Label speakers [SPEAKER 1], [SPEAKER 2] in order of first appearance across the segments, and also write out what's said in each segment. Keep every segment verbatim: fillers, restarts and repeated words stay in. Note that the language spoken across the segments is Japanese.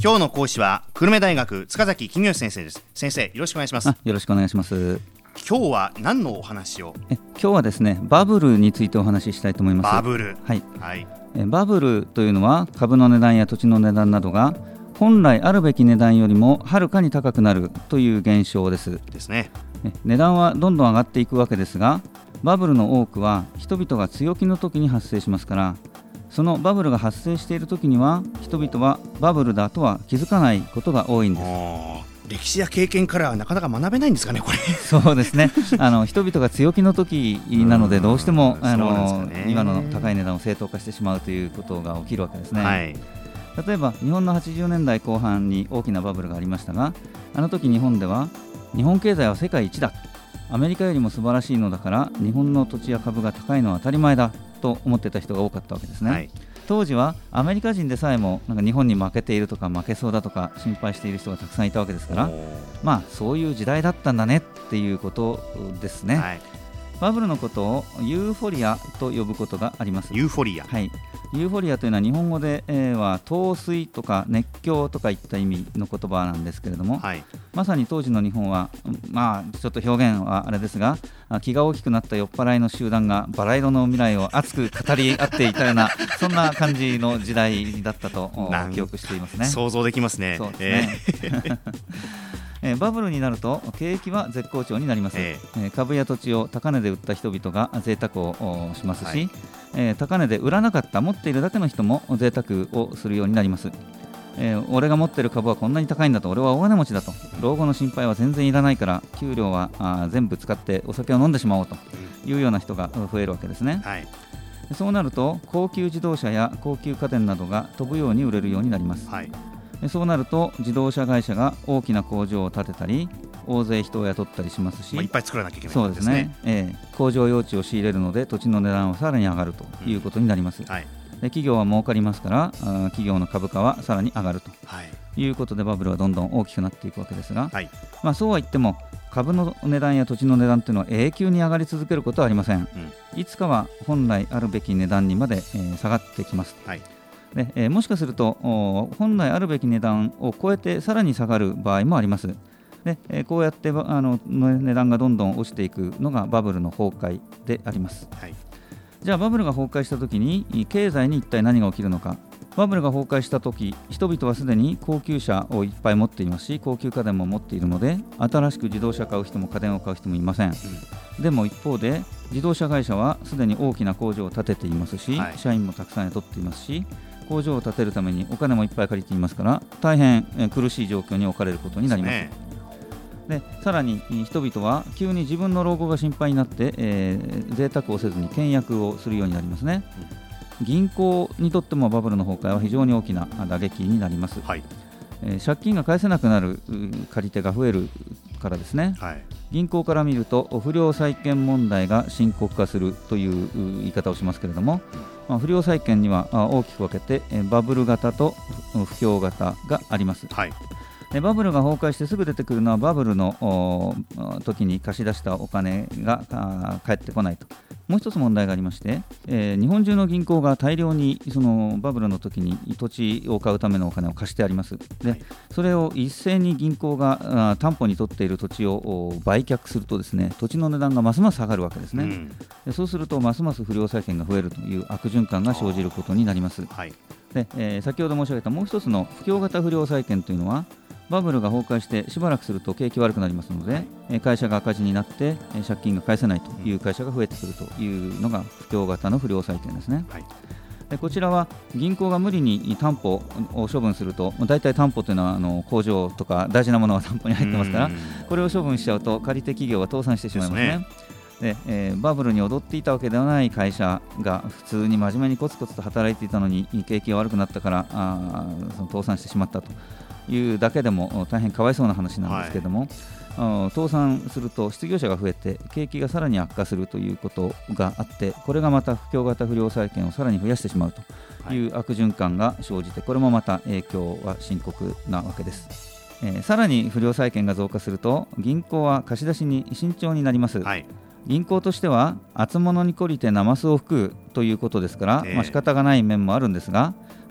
[SPEAKER 1] 今日の講師は久留米大学塚崎公義先生です。先生、よろしくお願いします。
[SPEAKER 2] あ、よろしくお願いします。
[SPEAKER 1] 今日は何のお話を？
[SPEAKER 2] え今日はですね、バブルについてお話ししたいと思います。
[SPEAKER 1] バブル、
[SPEAKER 2] はい
[SPEAKER 1] はい、
[SPEAKER 2] えバブルというのは株の値段や土地の値段などが本来あるべき値段よりもはるかに高くなるという現象です。
[SPEAKER 1] ですね。
[SPEAKER 2] え値段はどんどん上がっていくわけですが、バブルの多くは人々が強気の時に発生しますから、そのバブルが発生している時には人々はバブルだとは気づかないことが多いんです。
[SPEAKER 1] 歴史や経験からはなかなか学べないんですかね、これ。
[SPEAKER 2] そうですね。あの人々が強気の時なので、どうしてもあの、
[SPEAKER 1] ね、
[SPEAKER 2] 今の高い値段を正当化してしまうということが起きるわけですね。
[SPEAKER 1] はい、
[SPEAKER 2] 例えば日本のはちじゅうねんだいこう半に大きなバブルがありましたが、あの時日本では日本経済は世界一だ、アメリカよりも素晴らしいのだから日本の土地や株が高いのは当たり前だと思っていた人が多かったわけですね。はい、当時はアメリカ人でさえもなんか日本に負けているとか負けそうだとか心配している人がたくさんいたわけですから、まあそういう時代だったんだねっていうことですね。はい、バブルのことをユーフォリアと呼ぶことがあります。
[SPEAKER 1] ユーフォリア、
[SPEAKER 2] はい、ユーフォリアというのは日本語で、えー、は陶酔とか熱狂とかいった意味の言葉なんですけれども、はい、まさに当時の日本は、まあ、ちょっと表現はあれですが、気が大きくなった酔っ払いの集団がバラ色の未来を熱く語り合っていたようなそんな感じの時代だったと記憶していますね。
[SPEAKER 1] 想像できますね。
[SPEAKER 2] そうですね。えーえー、バブルになると景気は絶好調になります。えー、株や土地を高値で売った人々が贅沢をしますし、はい、えー、高値で売らなかった持っているだけの人も贅沢をするようになります。えー、俺が持っている株はこんなに高いんだと、俺は大金持ちだと、老後の心配は全然いらないから給料はあ全部使ってお酒を飲んでしまおうというような人が増えるわけですね。はい、そうなると高級自動車や高級家電などが飛ぶように売れるようになります。はい、そうなると自動車会社が大きな工場を建てたり大勢人を雇ったりしますし、
[SPEAKER 1] まあ、いっぱい作らなきゃいけないんですね。
[SPEAKER 2] そうですね、えー、工場用地を仕入れるので土地の値段はさらに上がるということになります。うん、はい、で企業は儲かりますから企業の株価はさらに上がるということで、バブルはどんどん大きくなっていくわけですが、はい、まあ、そうは言っても株の値段や土地の値段というのは永久に上がり続けることはありません。うん、いつかは本来あるべき値段にまで、えー、下がってきます。はい、でえー、もしかすると本来あるべき値段を超えてさらに下がる場合もあります。でえー、こうやってあの値段がどんどん落ちていくのがバブルの崩壊であります。はい、じゃあバブルが崩壊したときに経済に一体何が起きるのか。バブルが崩壊したとき、人々はすでに高級車をいっぱい持っていますし、高級家電も持っているので、新しく自動車を買う人も家電を買う人もいません。うん、でも一方で自動車会社はすでに大きな工場を建てていますし、はい、社員もたくさん雇っていますし、工場を建てるためにお金もいっぱい借りていますから、大変苦しい状況に置かれることになります。でさらに人々は急に自分の老後が心配になって、えー、贅沢をせずに倹約をするようになりますね。うん、銀行にとってもバブルの崩壊は非常に大きな打撃になります。はい、えー、借金が返せなくなる借り手が増えるからですね。はい、銀行から見ると不良債権問題が深刻化するという言い方をしますけれども、まあ、不良債権には大きく分けてバブル型と不況型があります。はい、でバブルが崩壊してすぐ出てくるのはバブルの時に貸し出したお金が返ってこないと。もう一つ問題がありまして、えー、日本中の銀行が大量にそのバブルの時に土地を買うためのお金を貸してあります。でそれを一斉に銀行が担保に取っている土地を売却するとですね、土地の値段がますます下がるわけですね。うん、でそうするとますます不良債権が増えるという悪循環が生じることになります。はい、でえー、先ほど申し上げたもう一つの不況型不良債権というのは、バブルが崩壊してしばらくすると景気悪くなりますので、はい、会社が赤字になって借金が返せないという会社が増えてくるというのが不況型の不良債権ですね。はい、でこちらは銀行が無理に担保を処分すると、大体担保というのはあの工場とか大事なものが担保に入ってますから、これを処分しちゃうと借り手企業は倒産してしまいますね。でえー、バブルに踊っていたわけではない会社が普通に真面目にコツコツと働いていたのに景気が悪くなったからあその倒産してしまったというだけでも大変かわいそうな話なんですけれども、はい、倒産すると失業者が増えて景気がさらに悪化するという況があって、これがまた不況型不良債権をさらに増やしてしまうという悪循環が生じて、これもまた影響は深刻なわけです。えー、さらに不良債権が増加すると銀行は貸し出しに慎重になります。はい、銀行としては厚物に懲りてなますを吹くということですから、えーまあ、仕方がない面もあるんですが、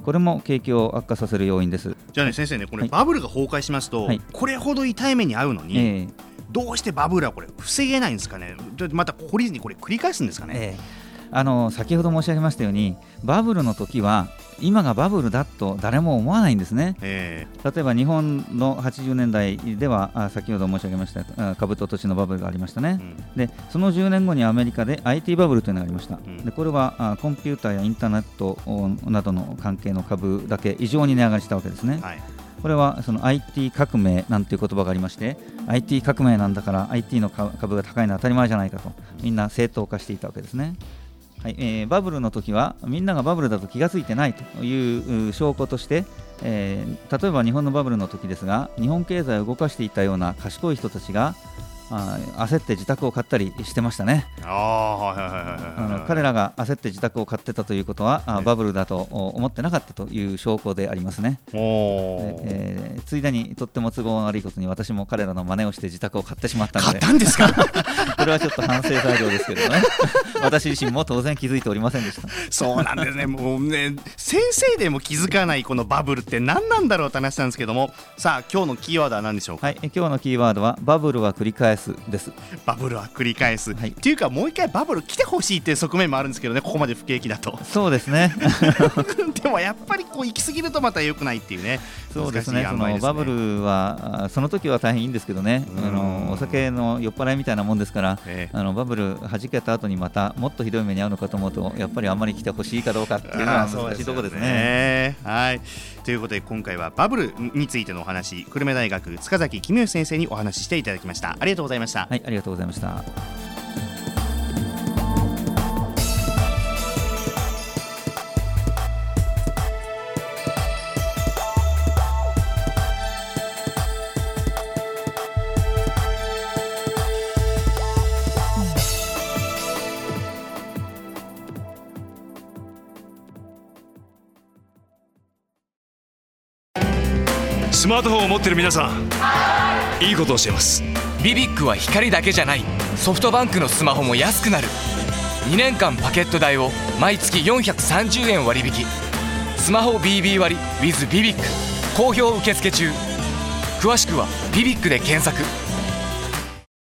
[SPEAKER 2] これも景気を悪化させる要因です。
[SPEAKER 1] じゃあね先生ね、これバブルが崩壊しますと、はい、これほど痛い目に遭うのに、えー、どうしてバブルはこれ防げないんですかね。また懲りずにこれ繰り返すんですかね。
[SPEAKER 2] えーあの先ほど申し上げましたように、バブルの時は今がバブルだと誰も思わないんですね。えー、例えば日本のはちじゅうねんだいではあ先ほど申し上げました株と土地のバブルがありましたね、うん、でそのじゅうねんごにアメリカで アイティー バブルというのがありました、うん、でこれはあコンピューターやインターネットなどの関係の株だけ異常に値上がりしたわけですね、はい、これはその アイティー 革命なんていう言葉がありまして、 アイティー 革命なんだから アイティー の株が高いのは当たり前じゃないかとみんな正当化していたわけですね。はいえー、バブルの時はみんながバブルだと気がついてないという証拠として、えー、例えば日本のバブルの時ですが、日本経済を動かしていたような賢い人たちがあ焦って自宅を買ったりしてましたね。彼らが焦って自宅を買ってたということは、あバブルだと思ってなかったという証拠でありますね。でえー、ついでにとっても都合の悪いことに私も彼らの真似をして自宅を買ってしまったので。
[SPEAKER 1] 買ったんですか
[SPEAKER 2] これはちょっと反省材料ですけどね私自身も当然気づいておりませんでした。
[SPEAKER 1] そうなんですね。もうね先生でも気づかないこのバブルって何なんだろうって話なんですけども、さあ今日のキーワードは何でしょうか。
[SPEAKER 2] はい、今日のキーワードはバブルは繰り返すです。
[SPEAKER 1] バブルは繰り返す、はい、っていうかもう一回バブル来てほしいっていう側面もあるんですけどね、ここまで不景気だと。
[SPEAKER 2] そうですね
[SPEAKER 1] でもやっぱりこう行き過ぎるとまた良くないっていうね。
[SPEAKER 2] そうですね、そのバブルはその時は大変いいんですけどね、あのお酒の酔っ払いみたいなもんですから、ええ、あのバブル弾けた後にまたもっとひどい目に遭うのかと思うと、やっぱりあんまり来てほしいかどうかっていうのは難しいところですね。
[SPEAKER 1] はい、ということで今回はバブルについてのお話、久留米大学塚崎公義先生にお話ししていただきました。ありがとうございました。
[SPEAKER 2] はい、ありがとうございました。
[SPEAKER 3] スマートフォンを持っている皆さん、いいことを教えます。
[SPEAKER 4] ビビックは光だけじゃない、ソフトバンクのスマホも安くなる。にねんかんパケット代を毎月よんひゃくさんじゅうえん割引。スマホ ビービー 割 with ビビック好評受付中。詳しくはビビックで検索。